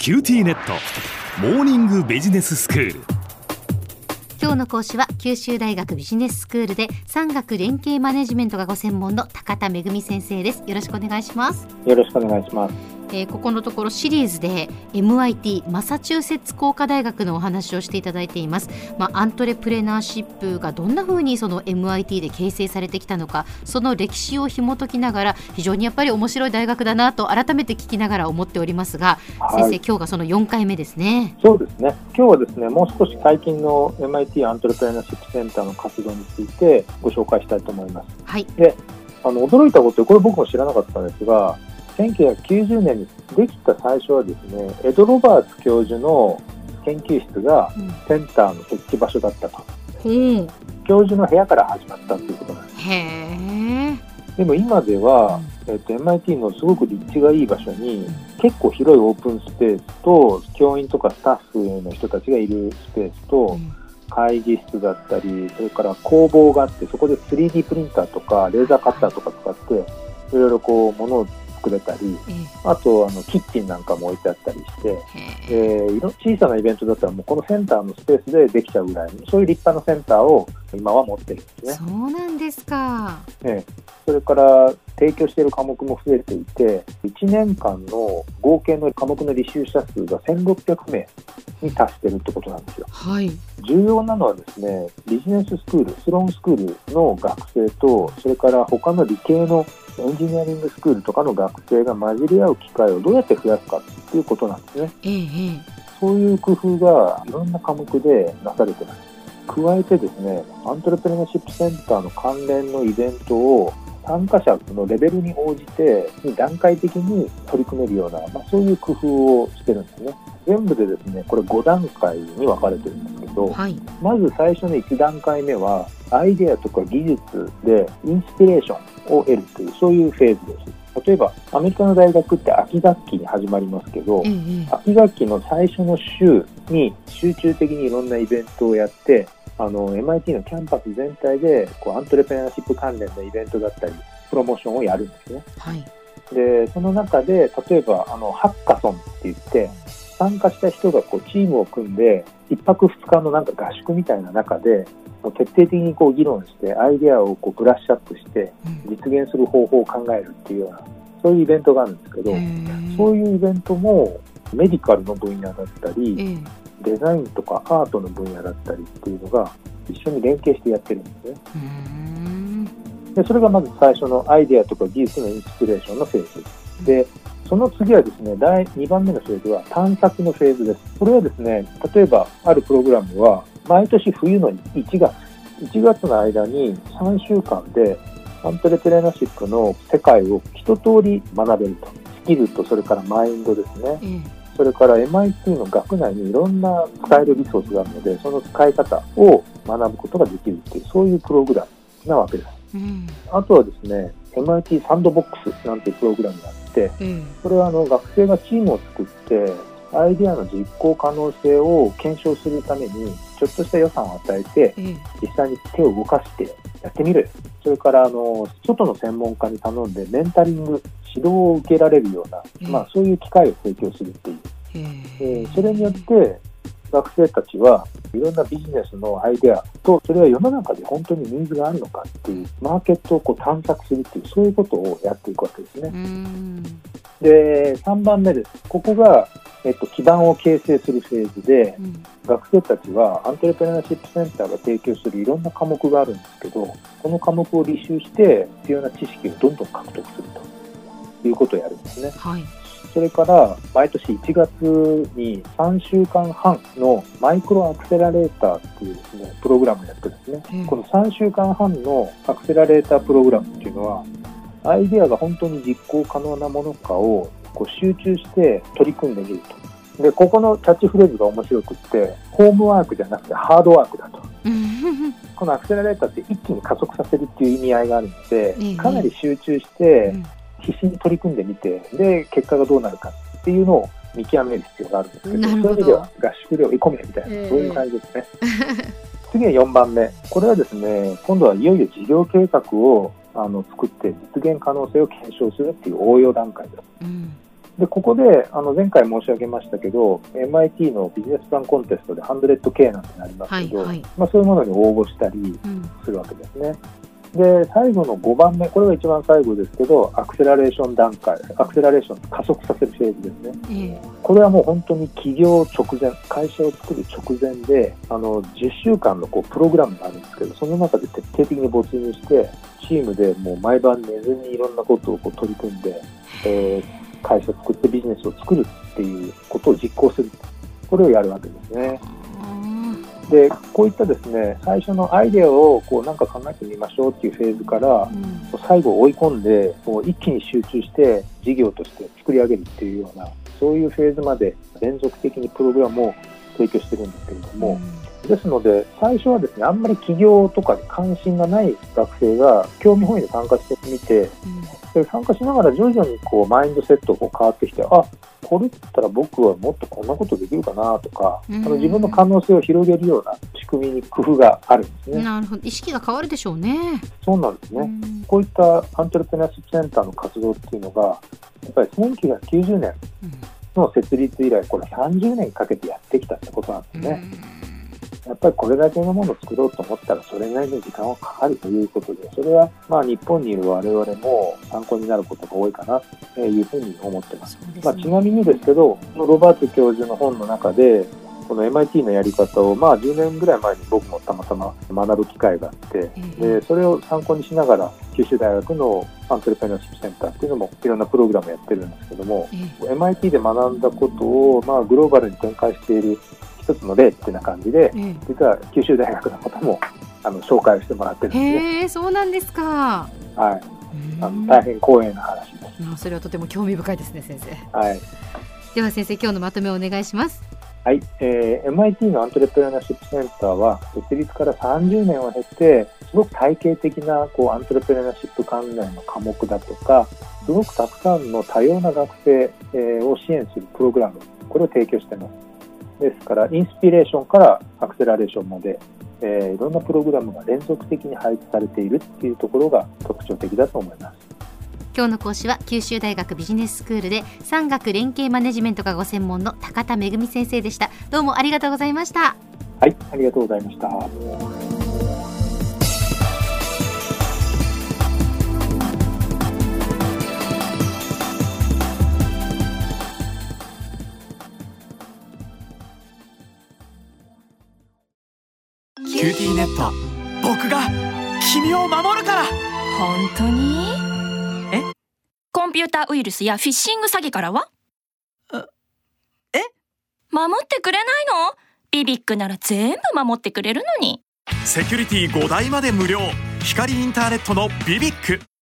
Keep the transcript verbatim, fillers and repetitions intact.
キューティーネットモーニングビジネススクール。 今日の講師は九州大学ビジネススクールで産学連携マネジメントがご専門の高田恵先生です。よろしくお願いします。 よろしくお願いします。 えー、ここのところシリーズで エムアイティー マサチューセッツ工科大学のお話をしていただいています。まあ、アントレプレナーシップがどんな風にその エムアイティー で形成されてきたのか、その歴史を紐解きながら非常にやっぱり面白い大学だなと改めて聞きながら思っておりますが、はい、先生今日がそのよんかいめですね。 そうですね。今日はですね、もう少し最近の エムアイティー アントレプレナーシップセンターの活動についてご紹介したいと思います。 はい。 で、あの驚いたことで、これ僕も知らなかったんですが、せんきゅうひゃくきゅうじゅうねんにできた最初はですね、エド・ロバーツ教授の研究室がセンターの設置場所だったと、うん、教授の部屋から始まったということなんです。 へー。 でも今では、うんえっと、エムアイティー のすごく立地がいい場所に、うん、結構広いオープンスペースと教員とかスタッフの人たちがいるスペースと、うん、会議室だったり、それから工房があって、そこで スリーディー プリンターとかレーザーカッターとか使っていろいろこう物を作れたり、あとあのキッチンなんかも置いてあったりして、えー、小さなイベントだったらもうこのセンターのスペースでできちゃうぐらい、そういう立派なセンターを今は持ってるんですね。 そうなんですか。 えー、それから提供している科目も増えていて、いちねんかんの合計の科目の履修者数がせんろっぴゃくめいに達しているってことなんですよ。 はい。 重要なのはですね、ビジネススクール、スローンスクールの学生と、それから他の理系のエンジニアリングスクールとかの学生が混じり合う機会をどうやって増やすかっていうことなんですね。 ええ、 そういう工夫がいろんな科目でなされています。加えてですね、アントレプレナーシップセンターの関連のイベントを参加者のレベルに応じて段階的に取り組めるような、まあ、そういう工夫をしてるんですね。全部でですね、これごだんかいに分かれてるんですけど、はい、まず最初のいちだんかいめはアイデアとか技術でインスピレーションを得るという、そういうフェーズです。例えばアメリカの大学って秋学期に始まりますけど、うんうん、秋学期の最初の週に集中的にいろんなイベントをやって、あの エムアイティー のキャンパス全体でこうアントレプレナーシップ関連のイベントだったりプロモーションをやるんですね。 はい、 でその中で例えばあのハッカソンって言って参加した人がこうチームを組んでいっぱくふつかのなんか合宿みたいな中でもう徹底的にこう議論してアイデアをこうブラッシュアップして実現する方法を考えるっていうような、そういうイベントがあるんですけど、そういうイベントもメディカルの分野だったり、デザインとかアートの分野だったりっていうのが一緒に連携してやってるんですね。うーんでそれがまず最初のアイデアとか技術のインスピレーションのフェーズで、その次はですね、だいにばんめのフェーズは探索のフェーズです。これはですね、例えばあるプログラムは毎年冬のいちがついちがつの間にさんしゅうかんでアントレプレナーシップの世界を一通り学べると。スキルとそれからマインドですね、うん、それから エムアイティー の学内にいろんな使えるリソースがあるので、その使い方を学ぶことができるという、そういうプログラムなわけです。うん、あとはですね、エムアイティー サンドボックスなんていうプログラムがあって、うん、これはあの学生がチームを作ってアイデアの実行可能性を検証するためにちょっとした予算を与えて、うん、実際に手を動かしてやってみる。それからあの外の専門家に頼んでメンタリング、指導を受けられるような、うんまあ、そういう機会を提供するっていう、えー、それによって学生たちはいろんなビジネスのアイデアと、それは世の中で本当にニーズがあるのかっていうマーケットをこう探索するっていう、そういうことをやっていくわけですね。うんでさんばんめです。ここが、えっと、基盤を形成するフェーズで、うん、学生たちはアントレプレナーシップセンターが提供するいろんな科目があるんですけど、この科目を履修して必要な知識をどんどん獲得するということをやるんですね。はい、それから毎年いちがつにさんしゅうかんはんのマイクロアクセラレーターっていうですね、プログラムをやってるんですね。うん、このさんしゅうかんはんのアクセラレータープログラムっていうのは、アイデアが本当に実行可能なものかをこう集中して取り組んでみると。で、ここのキャッチフレーズが面白くって、ホームワークじゃなくてハードワークだと。このアクセラレーターって一気に加速させるっていう意味合いがあるので、かなり集中して必死に取り組んでみて、で結果がどうなるかっていうのを見極める必要があるんですけど、そういう意味では合宿で追い込めみたいな、えー、そういう感じですね。次はよんばんめ。これはですね、今度はいよいよ事業計画をあの作って実現可能性を検証するっていう応用段階です。うん、 でここであの前回申し上げましたけど エムアイティー のビジネスプランコンテストで ひゃくケー なんてなりますけど、はいはい、まあ、そういうものに応募したりするわけですね、うん、で最後のごばんめ、これが一番最後ですけどアクセラレーション段階、アクセラレーション加速させるフェーズですね、えー、これはもう本当に起業直前、会社を作る直前であのじゅっしゅうかんのこうプログラムがあるんですけど、その中で徹底的に没入してチームでもう毎晩寝ずにいろんなことをこう取り組んで、えー会社を作ってビジネスを作るっていうことを実行する、これをやるわけですね。でこういったですね最初のアイデアをこうなんか考えてみましょうっていうフェーズから、うん、最後追い込んでこう一気に集中して事業として作り上げるっていうような、そういうフェーズまで連続的にプログラムを提供してるんですけれども、うん、ですので最初はですねあんまり起業とかに関心がない学生が興味本位で参加してみて、うん、で参加しながら徐々にこうマインドセットが変わってきて、あこれだったら僕はもっとこんなことできるかなとか、うん、あの自分の可能性を広げるような仕組みに工夫があるんですね。 なるほど、意識が変わるでしょうね。 そうなんですね、うん、こういったアントレプレナーシップセンターの活動っていうのがやっぱりせんきゅうひゃくきゅうじゅうねんの設立以来これさんじゅうねんかけてやってきたってことなんですね、うん、やっぱりこれだけのものを作ろうと思ったらそれなりに時間はかかるということで、それはまあ日本にいる我々も参考になることが多いかなというふうに思ってます。まあ、ちなみにですけどロバート教授の本の中でこの エムアイティー のやり方をまあじゅうねんぐらい前に僕もたまたま学ぶ機会があって、でそれを参考にしながら九州大学のアントレプレナーシップセンターっていうのもいろんなプログラムやってるんですけども、エムアイティー で学んだことをまあグローバルに展開している一つの例っていうような感じで、実は九州大学の方もあの紹介をしてもらってるんですね。 へー、そうなんですか。 はい、あの大変光栄な話です。 それはとても興味深いですね、先生。 はい、 では先生、今日のまとめをお願いします。 はい、えー、エムアイティー のアントレプレナーシップセンターは設立からさんじゅうねんを経てすごく体系的なこうアントレプレナーシップ関連の科目だとかすごくたくさんの多様な学生、えー、を支援するプログラム、これを提供しています。ですからインスピレーションからアクセラレーションまで、えー、いろんなプログラムが連続的に配置されているっていうところが特徴的だと思います。 今日の講師は九州大学ビジネススクールで産学連携マネジメントがご専門の高田恵先生でした。どうもありがとうございました。 はい、ありがとうございました。 キューティーネット、僕が君を守るから。 本当に？え？コンピューターウイルスやフィッシング詐欺からは？ え？ 守ってくれないの？ビビックなら全部守ってくれるのに。 セキュリティごだいまで無料。光インターネットのビビック。